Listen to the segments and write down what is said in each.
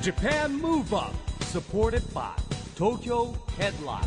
Japan Move Up supported by Tokyo Headline。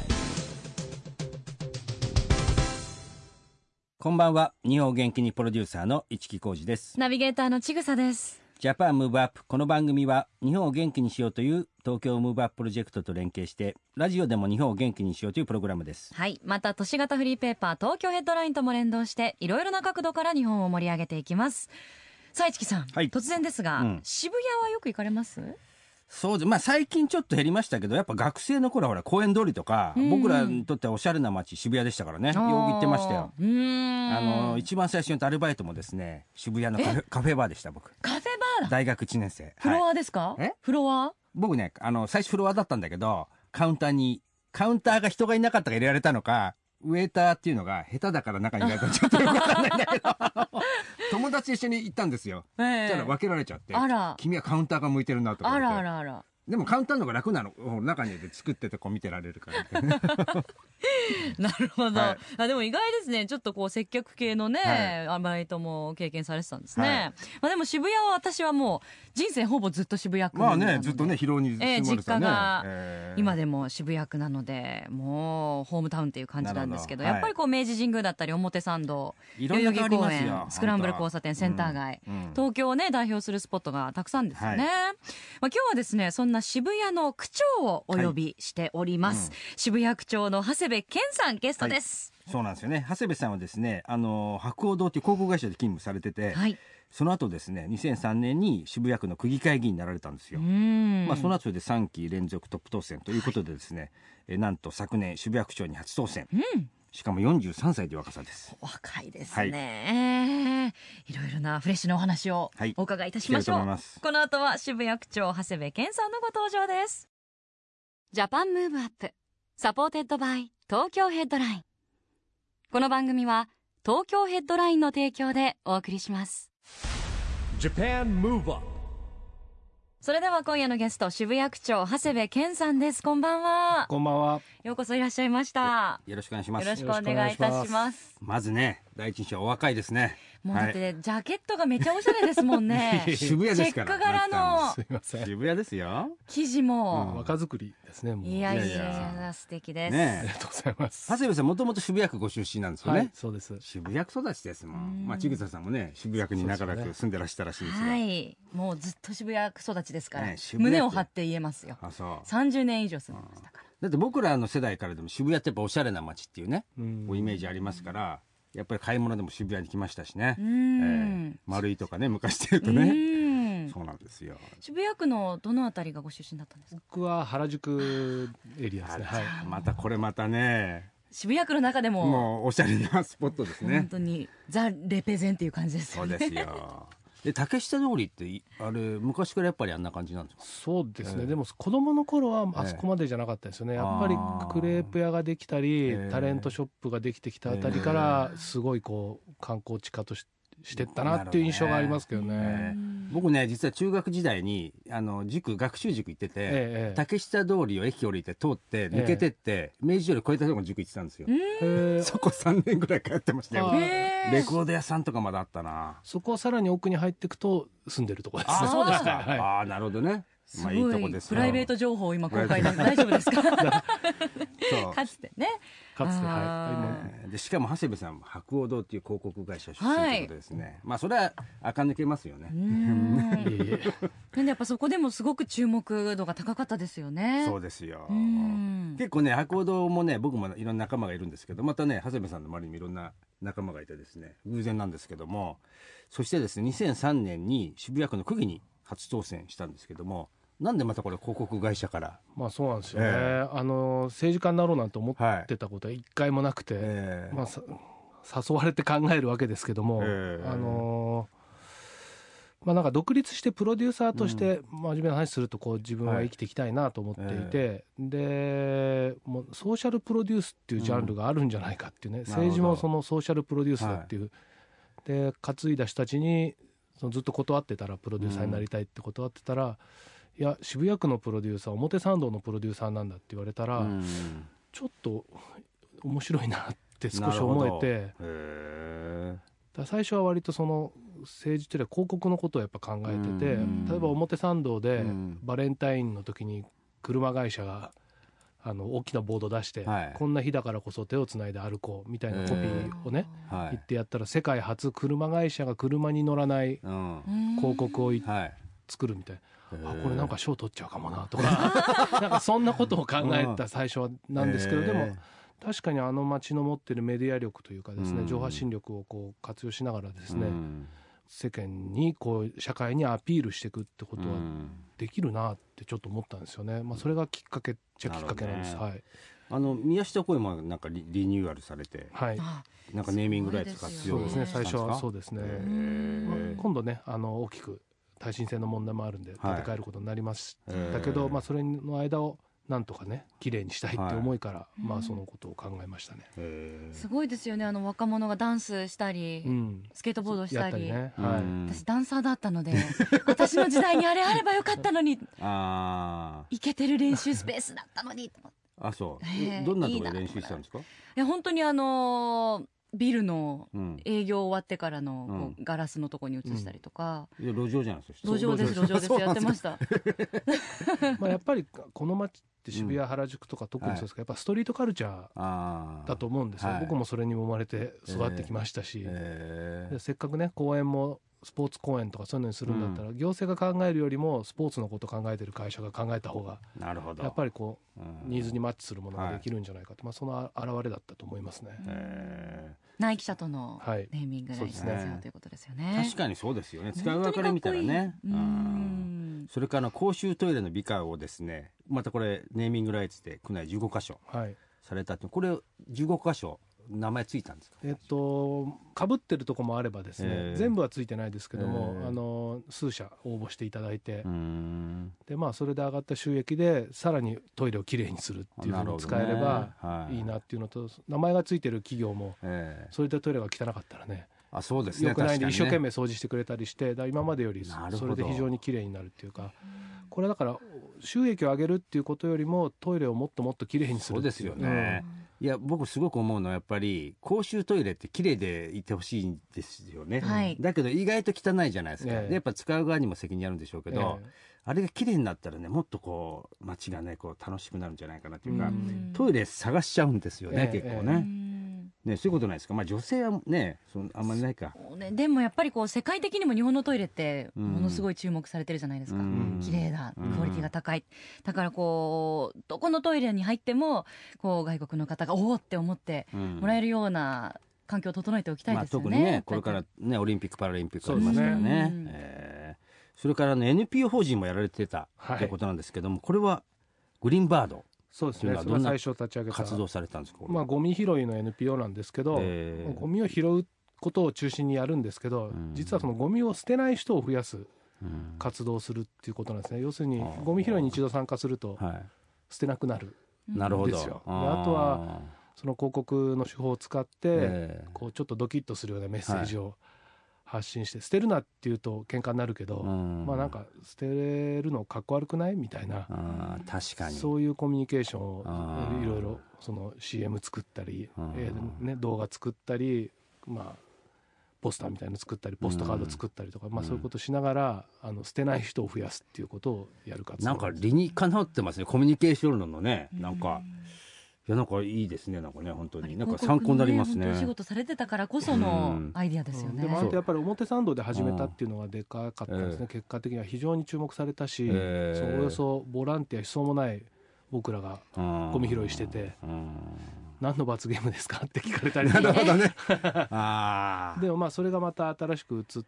こんばんは。日本元気にプロデューサーの市木浩司です。 ナビゲーターのちぐさです。 ジャパンムーブアップ。この番組は日本を元気にしようという東京ムーブアッププロジェクトと連携してラジオでも日本を元気にしようというプログラムです。 はい。また都市型フリーペーパー東京ヘッドラインとも連動していろいろな角度から日本を盛り上げていきます。さあ市木さん、 はい、 突然ですが、渋谷はよく行かれます？ そうです。まあ最近ちょっと減りましたけど、やっぱ学生の頃はほら公園通りとか、僕らにとってはおしゃれな街渋谷でしたからね。よく行ってましたよ。一番最初にアルバイトもですね、渋谷のカフェバーでした。僕カフェバーだ。 大学1年生。 フロアですか？フロア？僕ね、最初フロアだったんだけど、カウンターが人がいなかったから入れられたのか、ウェイターっていうのが下手だから中に入れたらちょっとよくわかんないんだけど友達と一緒に行ったんですよ。そしたら分けられちゃって、君はカウンターが向いてるなとか言って。あらでもカウンターの方が楽なの。中に入れて作っててこう見てられるからなるほど、でも意外ですね。ちょっとこう接客系のね、アルバイトも経験されてたんですね。でも渋谷は私はもう人生ほぼずっと渋谷区なので、 ずっとね広尾に住まれてたね。 実家が今でも渋谷区なので、もうホームタウンっていう感じなんですけど、やっぱりこう明治神宮だったり表参道、代々木公園、スクランブル交差点、センター街、東京をね代表するスポットがたくさんですよね。今日はですね、そんな渋谷の区長をお呼びしております。渋谷区長の長谷部健さんゲストです。 そうなんですよね。長谷部さんはですね、博報堂という広告会社で勤務されてて、その後ですね、2003年に渋谷区の区議会議員になられたんですよ。その後で3期連続トップ当選ということでですね、なんと昨年渋谷区長に初当選。しかも43歳という若さです。 若いですね。いろいろなフレッシュなお話をお伺いいたしましょう。この後は渋谷区長長谷部健さんのご登場です。ジャパンムーブアップサポーテッドバイ東京ヘッドライン。この番組は東京ヘッドラインの提供でお送りします。 Japan Move Up。 それでは今夜のゲスト、渋谷区長長谷部健さんです。こんばんは。 こんばんは。 ようこそいらっしゃいました。 よろしくお願いします。 よろしくお願いいたします。 まずね、第一印象お若いですね。 もうだって、ジャケットがめっちゃおしゃれですもんね渋谷ですから。 チェック柄のすいません、 渋谷ですよ。 生地も、 若作りですね。もういや素敵です、 ありがとうございます。 長谷部さんもともと渋谷区ご出身なんですよね。 そうです。 渋谷区育ちですもん。千草さんもね、渋谷区に長らく住んでらしたらしいですが、 もうずっと渋谷区育ちですから、胸を張って言えますよ。30年以上住んでましたから。 だって僕らの世代からでも渋谷ってやっぱおしゃれな街っていうね、イメージありますから、やっぱり買い物でも渋谷に来ましたしね。丸いとかね、昔で言うとね。そうなんですよ。 渋谷区のどのあたりがご出身だったんですか？ 僕は原宿エリアですね。 またね、 渋谷区の中でももうおしゃれなスポットですね。 本当にザ・レペゼンっていう感じですよね。 そうですよ。で、竹下通りってあれ昔からやっぱりあんな感じなんですか？ そうですね。でも子供の頃はあそこまでじゃなかったですよね。やっぱりクレープ屋ができたり、タレントショップができてきたあたりからすごいこう観光地化としてったなっていう印象がありますけどね。 僕ね、実は中学時代に学習塾行ってて、竹下通りを駅降りて通って抜けてって、明治通り越えたところの塾行ってたんですよ。そこ3年ぐらい通ってましたよ。レコード屋さんとかまだあったな。 そこはさらに奥に入っていくと住んでるところですね。 そうですか。なるほどね。 すごいいいとこです。プライベート情報を今公開なんで大丈夫ですか？かつてね。 でしかも長谷部さん博報堂っていう広告会社出身ということですね。それは垢抜けますよね。 でやっぱそこでもすごく注目度が高かったですよね。 そうですよ。結構ね、博報堂もね、僕もいろんな仲間がいるんですけど、またね、長谷部さんの周りにもいろんな仲間がいてですね、偶然なんですけども、そしてですね、2003年に渋谷区の区議に初当選したんですけども、なんでまたこれ広告会社から。 そうなんですよね。政治家になろうなんて思ってたことは一回もなくて、誘われて考えるわけですけども、なんか独立してプロデューサーとして真面目な話するとこう自分は生きていきたいなと思っていて、でもうソーシャルプロデュースっていうジャンルがあるんじゃないかっていうね、政治もそのソーシャルプロデュースだっていう、で担いだ人たちにずっと断ってたら、プロデューサーになりたいって断ってたら、いや渋谷区のプロデューサー表参道のプロデューサーなんだって言われたら、ちょっと面白いなって少し思えて、だ最初は割とその政治というよりは広告のことをやっぱ考えてて、例えば表参道でバレンタインの時に車会社が大きなボード出して、こんな日だからこそ手をつないで歩こうみたいなコピーをね、言ってやったら世界初車会社が車に乗らない広告を作るみたいな、これなんか賞取っちゃうかもなとかなんかそんなことを考えた最初なんですけど、でも確かに街の持ってるメディア力というかですね、情報発信力をこう活用しながらですね、世間にこう社会にアピールしていくってことはできるなってちょっと思ったんですよね。それがきっかけっちゃきっかけなんです。 宮下公園もなんかリニューアルされて、なんかネーミングライツ活用そうですね、最初はそうですね。今度ね大きく耐震性の問題もあるんで建て替えることになりましたけど、それの間をなんとかね綺麗にしたいって思いから、そのことを考えましたね。 すごいですよね、若者がダンスしたり、スケートボードしたり、私ダンサーだったので私の時代にあれあればよかったのにイケてる練習スペースだったのに。 そう、どんなところで練習したんですか？ いや本当にビルの営業終わってからのガラスのとこに移したりとか、 路上じゃないですか？ 路上ですやってましたやっぱりこの街って渋谷原宿とか特にそうですけど、やっぱストリートカルチャーだと思うんですよ。僕もそれに生まれて育ってきましたし、でせっかくね公園もスポーツ公園とかそういうのにするんだったら、行政が考えるよりもスポーツのことを考えてる会社が考えた方がやっぱりこうニーズにマッチするものができるんじゃないかと、その表れだったと思いますね。 ナイキ社とのネーミングライツですよということですよね。 確かにそうですよね。使う側から見たらね。それから公衆トイレの美化をですね、またこれネーミングライツで区内15カ所されたって、これ15カ所名前ついたんですか？ かぶってるとこもあればですね、全部はついてないですけども、数社応募していただいて、でそれで上がった収益でさらにトイレをきれいにするっていうふうに使えればいいなっていうのと、名前がついてる企業もそれでトイレが汚かったらね、 そうですね、 よくないんで一生懸命掃除してくれたりして、今までよりそれで非常にきれいになるっていうか、これだから収益を上げるっていうことよりもトイレをもっともっときれいにするっていう。 そうですよね。いや僕すごく思うのはやっぱり公衆トイレってきれいでいてほしいんですよね、だけど意外と汚いじゃないですか、でやっぱ使う側にも責任あるんでしょうけど、あれがきれいになったらね、もっとこう街がねこう楽しくなるんじゃないかなっていうか、トイレ探しちゃうんですよね、結構ね。そういうことないですか？女性はねあんまりないか、 でもやっぱりこう世界的にも日本のトイレってものすごい注目されてるじゃないですか。綺麗だ、クオリティが高い、だからこうどこのトイレに入ってもこう外国の方がおおって思ってもらえるような環境を整えておきたいですよね。 特にねこれからねオリンピックパラリンピックありますからね。それからNPO 法人もやられてたということなんですけども、これはグリーンバード、 そうですね、それは最初立ち上げた活動されたんですか？ ゴミ拾いの NPO なんですけど、ゴミを拾うことを中心にやるんですけど、実はそのゴミを捨てない人を増やす活動をするっていうことなんですね。要するにゴミ拾いに一度参加すると捨てなくなるんですよ。あとはその広告の手法を使ってこうちょっとドキッとするようなメッセージを発信して、捨てるなっていうと喧嘩になるけど、なんか捨てるのかっこ悪くないみたいな、 確かにそういうコミュニケーションをいろいろその CM 作ったり、動画作ったり、ポスターみたいなの作ったりポストカード作ったりとか、そういうことしながら捨てない人を増やすっていうことをやる活動。 なんか理にかなってますね、コミュニケーション論のね。なんかいやなんかいいですね、なんかね本当になんか参考になりますね。 お仕事されてたからこそのアイディアですよね。 でもやっぱり表参道で始めたっていうのがでかかったんですね。結果的には非常に注目されたし、およそボランティアしそうもない僕らがゴミ拾いしてて、何の罰ゲームですかって聞かれたりなるほどねでもそれがまた新しく移って、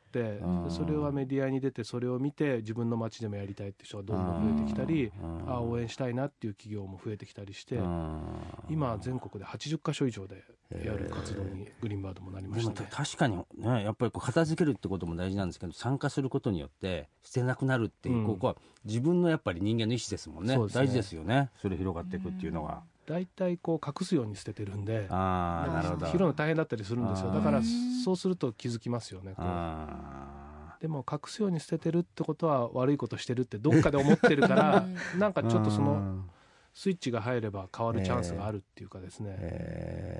それはメディアに出てそれを見て自分の街でもやりたいって人がどんどん増えてきたり、応援したいなっていう企業も増えてきたりして、今全国で80カ所以上でやる活動にグリーンバードもなりましたね。 でも確かにね、やっぱりこう片付けるってことも大事なんですけど、参加することによって捨てなくなるっていう、ここは自分のやっぱり人間の意思ですもんね。大事ですよね、それ広がっていくっていうのが。 大体こう隠すように捨ててるんで、 なるほど、 拾うの大変だったりするんですよ。だからそうすると気づきますよね。でも隠すように捨ててるってことは悪いことしてるってどっかで思ってるからなんかちょっとそのスイッチが入れば変わるチャンスがあるっていうかですね。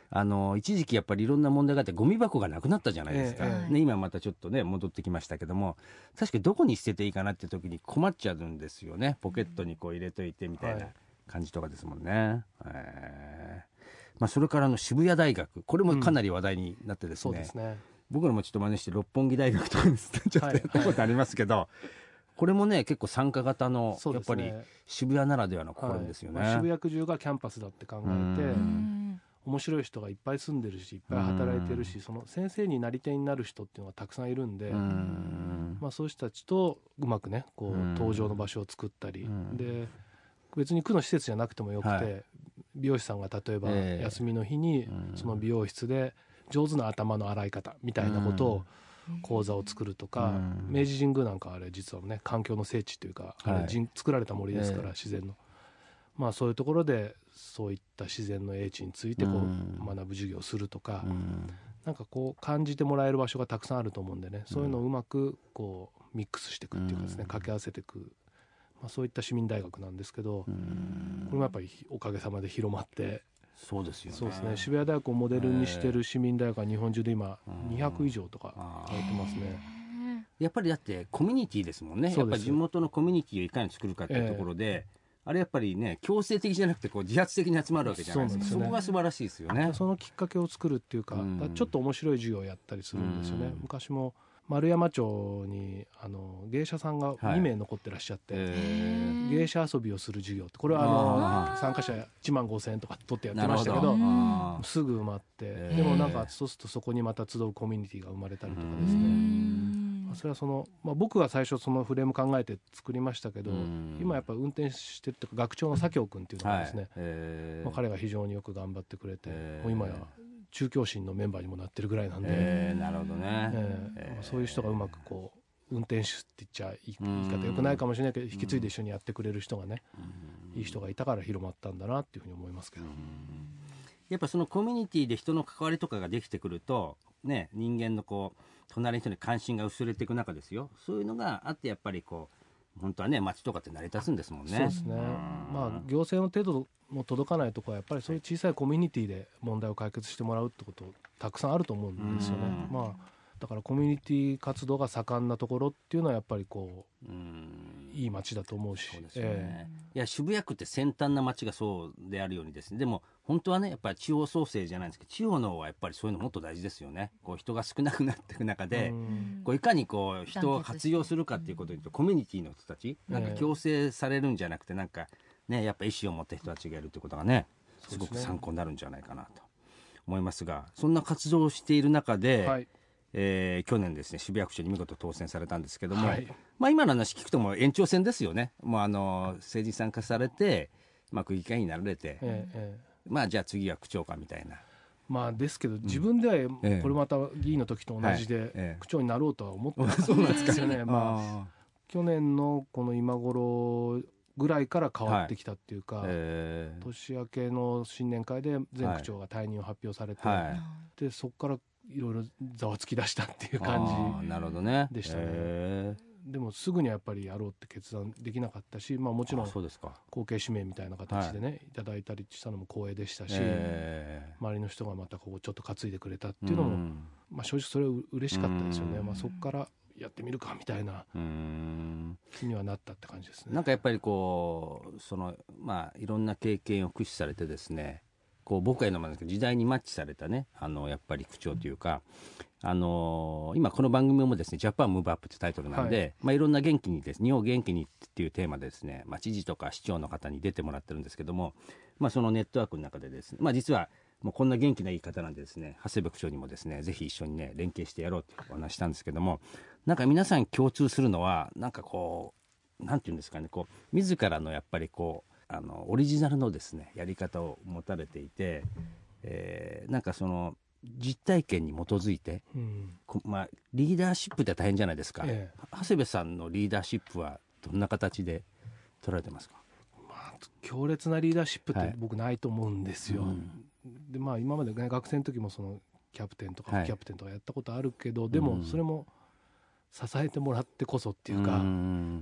一時期やっぱりいろんな問題があってゴミ箱がなくなったじゃないですか、ね、今またちょっとね戻ってきましたけども、確かにどこに捨てていいかなって時に困っちゃうんですよね。ポケットにこう入れといてみたいな感じとかですもんね。それから渋谷大学、これもかなり話題になってですね、 そうですね、 僕らもちょっと真似して六本木大学とかにちょっとやったことありますけど、これもね結構参加型の、やっぱり渋谷ならではの試みですよね。 渋谷区中がキャンパスだって考えて、面白い人がいっぱい住んでるしいっぱい働いてるし、その先生になり手になる人っていうのがたくさんいるんで、そういう人たちとうまくねこう登場の場所を作ったり、で別に区の施設じゃなくてもよくて、美容師さんが例えば休みの日にその美容室で上手な頭の洗い方みたいなことを講座を作るとか、明治神宮なんかあれ実はね環境の聖地というか、あれ作られた森ですから、自然のそういうところでそういった自然の英知についてこう学ぶ授業をするとか、なんかこう感じてもらえる場所がたくさんあると思うんでね、そういうのをうまくこうミックスしていくっていうかですね、掛け合わせていく、そういった市民大学なんですけど、これもやっぱりおかげさまで広まって、 そうですよね。 そうですね、渋谷大学をモデルにしてる市民大学は日本中で今200以上とか言われてますね。 やっぱりだってコミュニティですもんね。やっぱり地元のコミュニティをいかに作るかっていうところで、あれやっぱりね強制的じゃなくてこう自発的に集まるわけじゃないですか。そこが素晴らしいですよね。 そのきっかけを作るっていうか、ちょっと面白い授業をやったりするんですよね。昔も丸山町に芸者さんが2名残ってらっしゃって、芸者遊びをする授業って、これは参加者1万5,000円とか取ってやってましたけど、すぐ埋まって、でもなんかそうするとそこにまた集うコミュニティが生まれたりとかですね、それは僕は最初そのフレーム考えて作りましたけど、今やっぱ運転してって学長の左京君っていうのがですね、彼が非常によく頑張ってくれて、もう今や中教審のメンバーにもなってるぐらいなんで、 なるほどね、 そういう人がうまくこう運転手って言っちゃ言い方よくないかもしれないけど、引き継いで一緒にやってくれる人がね、いい人がいたから広まったんだなっていうふうに思いますけど、 やっぱそのコミュニティで人の関わりとかができてくるとね、人間のこう隣の人に関心が薄れていく中ですよ、そういうのがあってやっぱりこう本当はね街とかって成り立つんですもんね。 そうですね、行政の程度も届かないところはやっぱりそういう小さいコミュニティで問題を解決してもらうってことたくさんあると思うんですよね。だからコミュニティ活動が盛んなところっていうのはやっぱりこういい街だと思うし、 そうですよね。いや渋谷区って先端な街がそうであるようにですね、でも本当はねやっぱり地方創生じゃないんですけど、地方の方はやっぱりそういうのもっと大事ですよね。こう人が少なくなっていく中でこういかにこう人を活用するかっていうことにコミュニティの人たちなんか強制されるんじゃなくて、なんかねやっぱ意思を持った人たちがいるってことがねすごく参考になるんじゃないかなと思いますが、そんな活動をしている中で、去年ですね渋谷区長に見事当選されたんですけども、今の話聞くともう延長戦ですよね。もう政治に参加されて、区議会になられて、じゃあ次は区長かみたいな。 ですけど自分ではこれまた議員の時と同じで区長になろうとは思ってなかったんですよね。去年のこの今頃ぐらいから変わってきたっていうか、年明けの新年会で前区長が退任を発表されて、でそこからいろいろざわつき出したっていう感じでしたね。でもすぐにはやっぱりやろうって決断できなかったし、もちろん後継指名みたいな形でね、いただいたりしたのも光栄でしたし、周りの人がまたこうちょっと担いでくれたっていうのも、正直それは嬉しかったですよね。そこからやってみるかみたいな気にはなったって感じですね。 なんかやっぱりこういろんな経験を駆使されてですね、こう僕が言うのもなんですけど時代にマッチされたねやっぱり区長というか、今この番組もですねジャパンムーブアップってタイトルなんで、いろんな元気にですね日本を元気にっていうテーマでですね、知事とか市長の方に出てもらってるんですけども、そのネットワークの中でですね、実はもうこんな元気な言い方なんでですね、長谷部区長にもですねぜひ一緒にね連携してやろうってお話したんですけども、なんか皆さん共通するのはなんかこうなんていうんですかね、こう自らのやっぱりこうオリジナルのですねやり方を持たれていて、なんかその実体験に基づいて、リーダーシップって大変じゃないですか、長谷部さんのリーダーシップはどんな形で取られてますか？ 強烈なリーダーシップって僕ないと思うんですよ。で今まで、ね、学生の時もそのキャプテンとか副キャプテンとかやったことあるけど、でもそれも支えてもらってこそっていうか、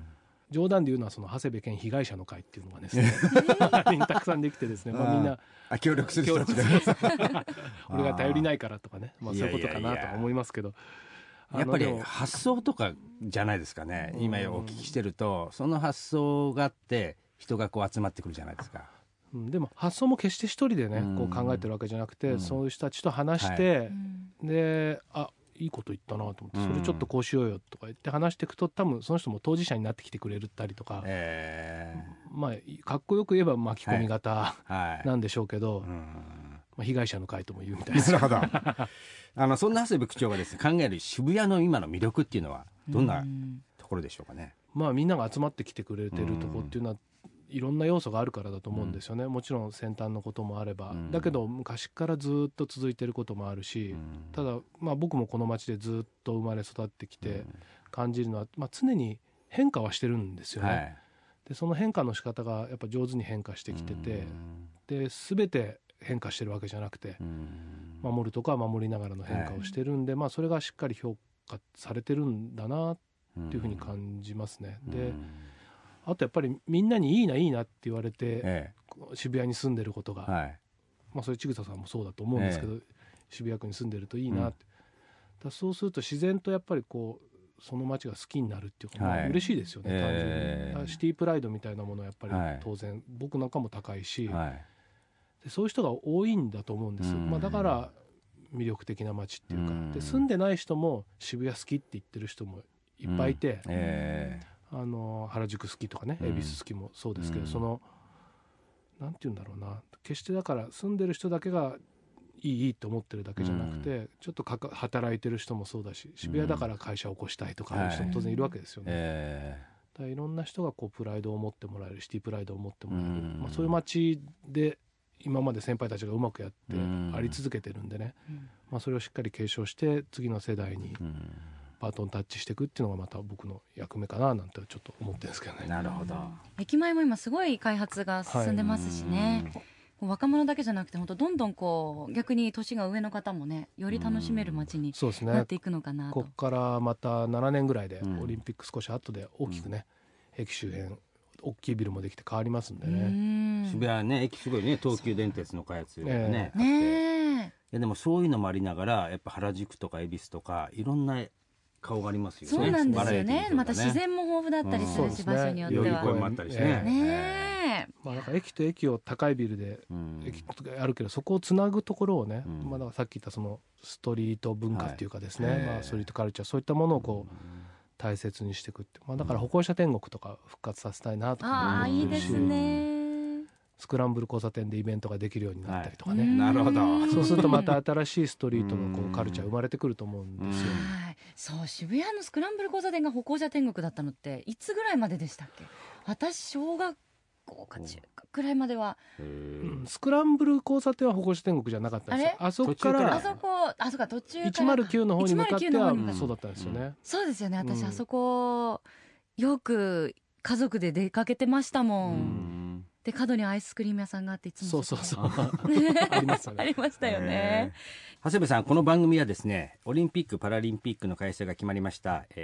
冗談で言うのはその長谷部健被害者の会っていうのがですねたくさんできてですね、まあ、みんな協力する人たちで俺が頼りないからとかね、まあ、そういうことかなとは思いますけど、 やっぱり発想とかじゃないですかね。今お聞きしてるとその発想があって人がこう集まってくるじゃないですか。 でも発想も決して一人でねこう考えてるわけじゃなくて、そういう人たちと話して、でいいこと言ったなと思って、それちょっとこうしようよとか言って話していくと、多分その人も当事者になってきてくれたりとか、まあかっこよく言えば巻き込み型なんでしょうけど、まあ、被害者の会とも言うみたいです。 なるほどそんな長谷部区長がですね考える渋谷の今の魅力っていうのはどんなところでしょうかね。 まあみんなが集まってきてくれてるところっていうのはいろんな要素があるからだと思うんですよね。もちろん先端のこともあれば、だけど昔からずっと続いてることもあるし、ただまあ僕もこの町でずっと生まれ育ってきて感じるのは、まあ、常に変化はしてるんですよね。でその変化の仕方がやっぱ上手に変化してきてて、で全て変化してるわけじゃなくて、守るとこは守りながらの変化をしてるんで、まあ、それがしっかり評価されてるんだなっていうふうに感じますね。であとやっぱりみんなにいいないいなって言われて、渋谷に住んでることが、まあ、それ千草さんもそうだと思うんですけど、渋谷区に住んでるといいなって、だそうすると自然とやっぱりこうその街が好きになるっていうか、まあ、嬉しいですよね、単純に。シティプライドみたいなものはやっぱり当然、僕なんかも高いし、でそういう人が多いんだと思うんです。まあ、だから魅力的な街っていうか、で住んでない人も渋谷好きって言ってる人もいっぱいいて、原宿好きとかね、恵比寿好きもそうですけど、そのなんて言うんだろうな、決してだから住んでる人だけがいいと思ってるだけじゃなくて、ちょっと働いてる人もそうだし、渋谷だから会社を起こしたいとかいう人も当然いるわけですよね。だからいろんな人がこうプライドを持ってもらえる、シティプライドを持ってもらえる、まあ、そういう街で今まで先輩たちがうまくやってあり続けてるんでね、まあ、それをしっかり継承して次の世代にバトンタッチしていくっていうのがまた僕の役目かななんてちょっと思ってるんですけどね。 なるほど。 駅前も今すごい開発が進んでますしね、若者だけじゃなくて本当どんどんこう逆に年が上の方もねより楽しめる街になっていくのかなと。 ここからまた7年ぐらいでオリンピック少し後で大きくね、駅周辺大きいビルもできて変わりますんでね。 渋谷ね、駅すごいね、東急電鉄の開発がね、あって、いやでもそういうのもありながらやっぱ原宿とか恵比寿とかいろんな顔がありますよね。 そうなんですよね。また自然も豊富だったりするし、場所によっては代々木公園もあったりしてね。 まあ、なんか駅と駅を高いビルで、駅あるけどそこをつなぐところをね、まあ、だからさっき言ったそのストリート文化っていうかですね、まあ、ストリートカルチャーそういったものをこう大切にしていくって、まあ、だから歩行者天国とか復活させたいなとか思ってるし、 いいですね。 スクランブル交差点でイベントができるようになったりとかね、 なるほど。 そうするとまた新しいストリートのこうカルチャー生まれてくると思うんですよ。 そう渋谷のスクランブル交差点が歩行者天国だったのっていつぐらいまででしたっけ？私小学校か中学くらいまでは、 スクランブル交差点は歩行者天国じゃなかったんですよ。あそこからあそうか途中から 109の方に向かってはそうだったんですよね。 そうですよね。私あそこよく家族で出かけてましたもん。で角にアイスクリーム屋さんがあっていつもそうありましたね。 ありましたよね。 長谷部さん、この番組はですね、オリンピック・パラリンピックの開催が決まりました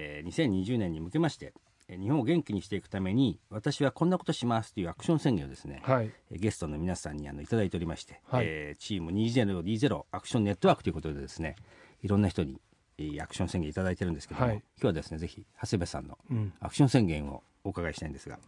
、2020年に向けまして日本を元気にしていくために私はこんなことしますというアクション宣言をですね、ゲストの皆さんにいただいておりまして、チーム2020アクションネットワークということでですね、いろんな人にアクション宣言いただいてるんですけども、今日はですねぜひ長谷部さんのアクション宣言をお伺いしたいんですが、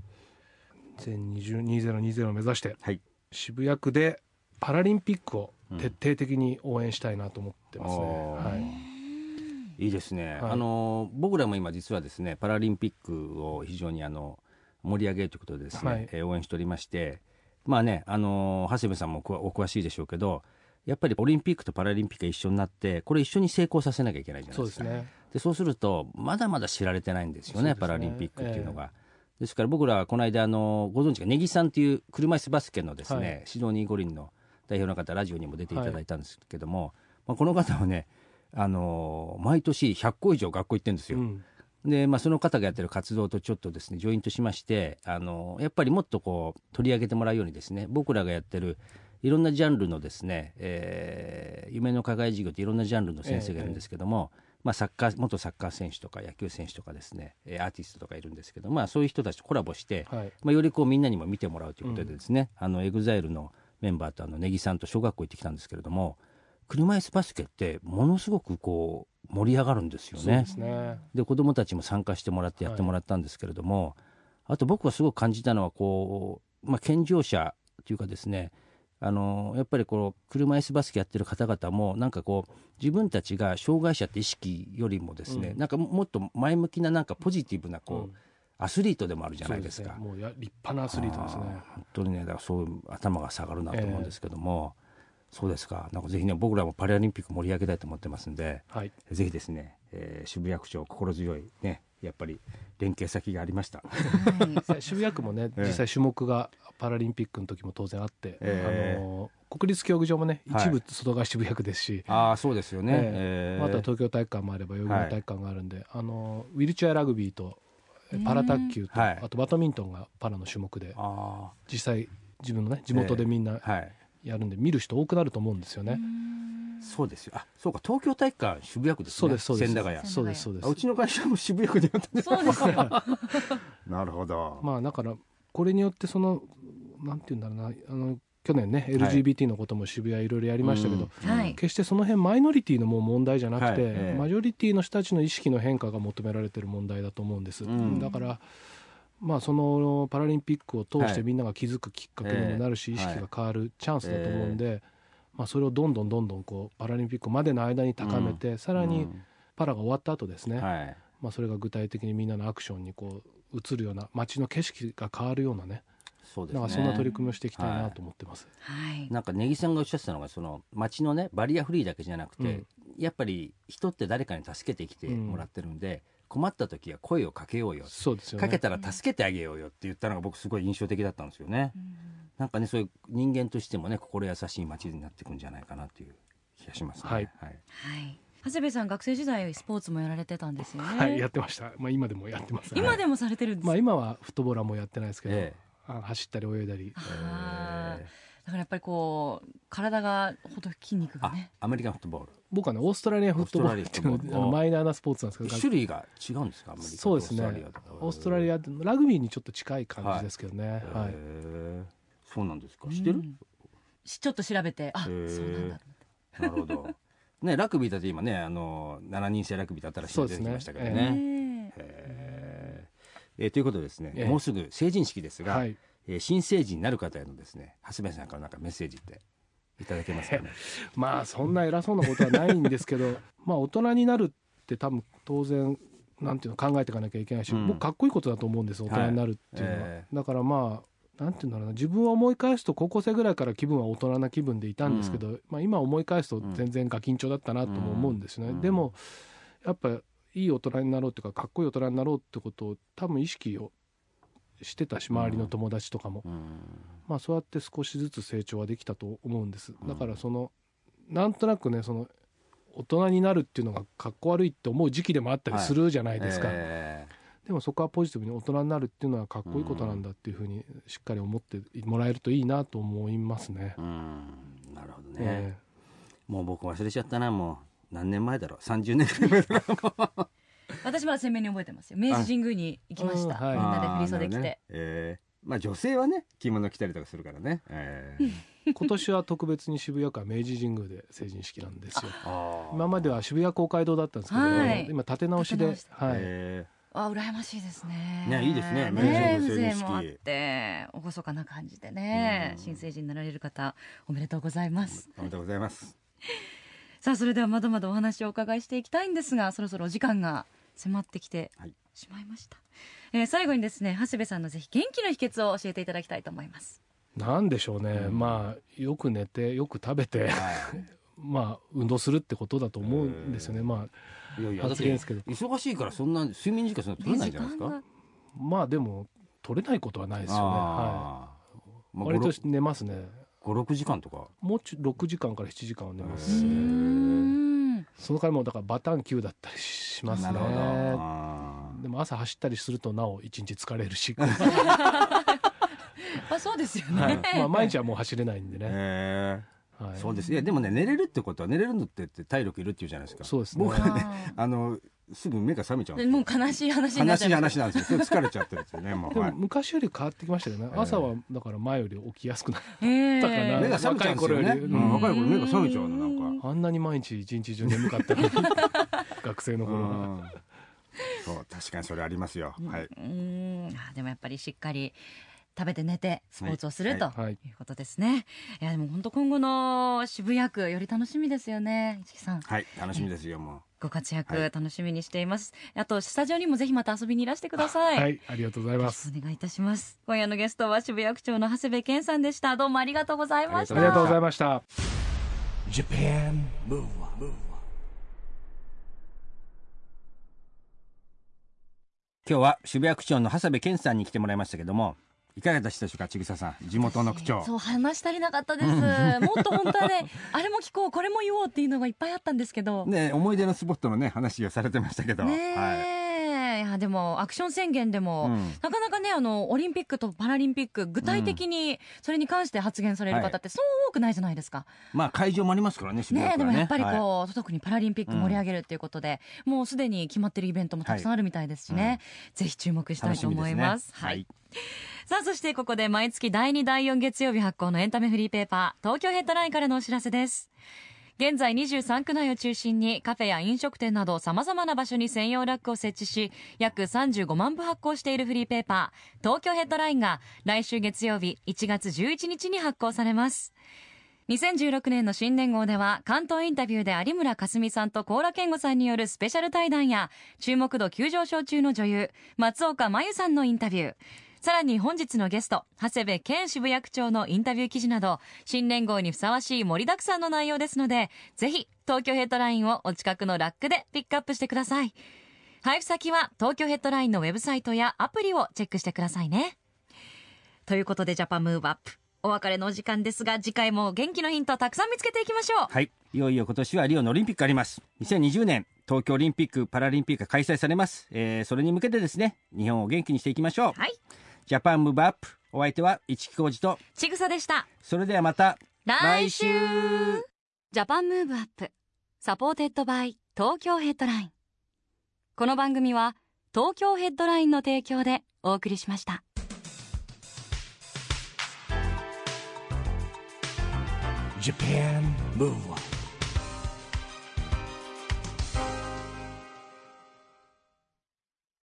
2020を目指して、渋谷区でパラリンピックを徹底的に応援したいなと思ってますね。 いいですね。僕らも今実はですねパラリンピックを非常に盛り上げるということでですね、応援しておりまして、まあね長谷部さんもお詳しいでしょうけど、やっぱりオリンピックとパラリンピックが一緒になってこれ一緒に成功させなきゃいけないじゃないですか。そうするとまだまだ知られてないんですよね、パラリンピックっていうのが。ですから僕らはこの間ご存知か根木さんという車椅子バスケのですね、シドニー五輪の代表の方ラジオにも出ていただいたんですけども、この方はね毎年100校以上学校行ってるんですよ。でその方がやってる活動とちょっとですねジョイントしまして、やっぱりもっとこう取り上げてもらうようにですね、僕らがやってるいろんなジャンルのですね、夢の課外授業っていろんなジャンルの先生がいるんですけども、 まあ、元サッカー選手とか野球選手とかですねアーティストとかいるんですけど、まあ、そういう人たちとコラボして、 はい、 まあ、よりこうみんなにも見てもらうということでですね、EXILE のメンバーとネギさんと小学校行ってきたんですけれども、車椅子バスケってものすごくこう盛り上がるんですよね。 そうですね。 で子どもたちも参加してもらってやってもらったんですけれども、あと僕はすごく感じたのはこう、まあ、健常者というかですね、やっぱりこう車椅子バスケやってる方々もなんかこう自分たちが障害者って意識よりもですね、なんかもっと前向きななんかポジティブなこう、アスリートでもあるじゃないですか。 もう立派なアスリートですね。 本当にね、だからそういう頭が下がるなと思うんですけども、そうですか。なんかぜひね僕らもパラリンピック盛り上げたいと思ってますんで、 はい、 ぜひですね、渋谷区長心強いねやっぱり連携先がありました。 渋谷区もね、実際種目がパラリンピックの時も当然あって、国立競技場もね一部外側渋谷区ですし、 そうですよね。 あとは東京体育館もあれば代々木の体育館があるんで、ウィルチェアラグビーとパラ卓球と、あとバドミントンがパラの種目で、実際自分のね地元でみんなやるんで、見る人多くなると思うんですよね。 そうですよ。そうか、東京体育館渋谷区ですね。 そうですそうです。 千駄ヶ谷。 そうですそうです。 うちの会社も渋谷区でやったんです。 そうですよ。 なるほど。 まあだからこれによってそのなんていうんだろうな、去年ね LGBT のことも渋谷いろいろやりましたけど、決してその辺マイノリティのもう問題じゃなくて、マジョリティの人たちの意識の変化が求められている問題だと思うんです。だからまあそのパラリンピックを通してみんなが気づくきっかけにもなるし、意識が変わるチャンスだと思うんで、まあ、それをどんどんこうパラリンピックまでの間に高めて、さらにパラが終わった後ですね、まあ、それが具体的にみんなのアクションにこう移るような、街の景色が変わるようなね、なんかそんな取り組みをしていきたいなと思ってます。 なんか根木さんがおっしゃってたのが、その街のねバリアフリーだけじゃなくて、やっぱり人って誰かに助けてきてもらってるんで、困った時は声をかけようよ、 そうですよね、 かけたら助けてあげようよって言ったのが僕すごい印象的だったんですよね。なんかね、そういう人間としてもね心優しい街になっていくんじゃないかなという気がしますね。 長谷部さん、学生時代スポーツもやられてたんですよね。 やってました。まあ、今でもやってます。 今でもされてるんですか。 まあ、今はフットボールはもうやってないですけど、走ったり泳いだり。 だからやっぱりこう体がほど筋肉がね。 アメリカンフットボール。 僕はねオーストラリアフットボールっていうマイナーなスポーツなんですけど、 種類が違うんですか。アメリカとそうですね。オーストラリアラグビーにちょっと近い感じですけどね。 そうなんですか。知ってる？ ちょっと調べて、そうなんだ。 なるほど。ね、ラグビーだって今ね7人制ラグビーだったら新しいの出てきましたけどね。ということでですね、もうすぐ成人式ですが、新成人になる方へのですね、長谷部さんからなんかメッセージっていただけますかね。 まあそんな偉そうなことはないんですけどまあ大人になるって多分当然なんていうの考えていかなきゃいけないし、僕かっこいいことだと思うんです、大人になるっていうのは。だからまあなんていうんだろうな、自分を思い返すと高校生ぐらいから気分は大人な気分でいたんですけど、まあ、今思い返すと全然ガキンチョだったなとも思うんですね。でもやっぱいい大人になろうっていうか、かっこいい大人になろうってことを多分意識をしてたし、周りの友達とかも、まあ、そうやって少しずつ成長はできたと思うんです。だからそのなんとなくね、その大人になるっていうのがかっこ悪いって思う時期でもあったりするじゃないですか。でもそこはポジティブに大人になるっていうのはかっこいいことなんだっていうふうにしっかり思ってもらえるといいなと思いますね。 なるほどね。もう僕忘れちゃったな。もう何年前だろう、30年くらい前だろう。 私まだ鮮明に覚えてますよ。明治神宮に行きました、みんなで振り袖着て、 まあ女性はね着物着たりとかするからね。 今年は特別に渋谷区は明治神宮で成人式なんですよ。今までは渋谷公会堂だったんですけど、今建て直しで、 羨ましいですね。 いいですね。 風情もあって厳かな感じでね、新成人になられる方おめでとうございます。 おめでとうございます。 さあ、それではまだまだお話をお伺いしていきたいんですが、そろそろお時間が迫ってきてしまいました。最後にですね、長谷部さんのぜひ元気の秘訣を教えていただきたいと思います。 なんでしょうね、まあよく寝てよく食べてまあ運動するってことだと思うんですよね。まあ発言ですけど、 忙しいからそんな睡眠時間そんな取れないんじゃないですか。 まあでも取れないことはないですよね。割と寝ますね。 5、6時間とか。 もう6時間から7時間は寝ます。その回もだからバタン級だったりしますね。でも朝走ったりするとなお一日疲れるしそうですよね。 まあ毎日はもう走れないんでね。 はい、 そうです。いやでもね、寝れるってことは、寝れるのって体力いるっていうじゃないですか。 そうですね。 僕はねすぐ目が覚めちゃうんですよ。 もう悲しい話になっちゃいます。 悲しい話なんですよ。疲れちゃってるんですよね。もう、 でもはい、 昔より変わってきましたよね。朝はだから前より起きやすくなったかな。 目が覚めちゃうんですよね。若い頃目が覚めちゃうのなんか。 あんなに毎日一日中眠かったのに学生の頃は。 そう確かにそれありますよ。はい。 でもやっぱりしっかり食べて寝てスポーツをする、 はいということですね。いやでも本当今後の渋谷区より楽しみですよね、市木さん。 はい、楽しみですよ。もうご活躍楽しみにしています、あとスタジオにもぜひまた遊びにいらしてください。 はい、ありがとうございます。 お願いいたします。今夜のゲストは渋谷区長の長谷部健さんでした。どうもありがとうございました。 ありがとうございました。 Japan Move Up。 今日は渋谷区長の長谷部健さんに来てもらいましたけども、いかがでしたでしょうか、ちぐささん、地元の区長。 そう、話し足りなかったです。もっと本当はね、あれも聞こうこれも言おうっていうのがいっぱいあったんですけどね、思い出のスポットのね話をされてましたけどね、 はい、 いやでもアクション宣言でも、なかなかねオリンピックとパラリンピック具体的にそれに関して発言される方ってそう多くないじゃないですか。 まあ会場もありますからね、渋谷区はね。 でもやっぱりこう、特にパラリンピック盛り上げるっていうことで、もうすでに決まってるイベントもたくさんあるみたいですしね、ぜひ注目したいと思います。はい。さあそしてここで毎月第2第4月曜日発行のエンタメフリーペーパー東京ヘッドラインからのお知らせです。現在23区内を中心にカフェや飲食店など様々な場所に専用ラックを設置し、約35万部発行しているフリーペーパー東京ヘッドラインが来週月曜日1月11日に発行されます。2016年の新年号では関東インタビューで有村架純さんと高良健吾さんによるスペシャル対談や、注目度急上昇中の女優松岡真優さんのインタビュー、さらに本日のゲスト長谷部健渋谷区長のインタビュー記事など、新年号にふさわしい盛りだくさんの内容ですので、ぜひ東京ヘッドラインをお近くのラックでピックアップしてください。配布先は東京ヘッドラインのウェブサイトやアプリをチェックしてくださいね。ということでジャパンムーブアップ、お別れのお時間ですが、次回も元気のヒントをたくさん見つけていきましょう。 はい、いよいよ今年はリオのオリンピックあります。2020年東京オリンピックパラリンピックが開催されます、それに向けてですね、日本を元気にしていきましょう。 はい、 ジャパンムーブアップ、お相手は市木浩二とちぐさでした。 それではまた来週。 ジャパンムーブアップサポーテッドバイ東京ヘッドライン。この番組は東京ヘッドラインの提供でお送りしました。 Japan Move Up。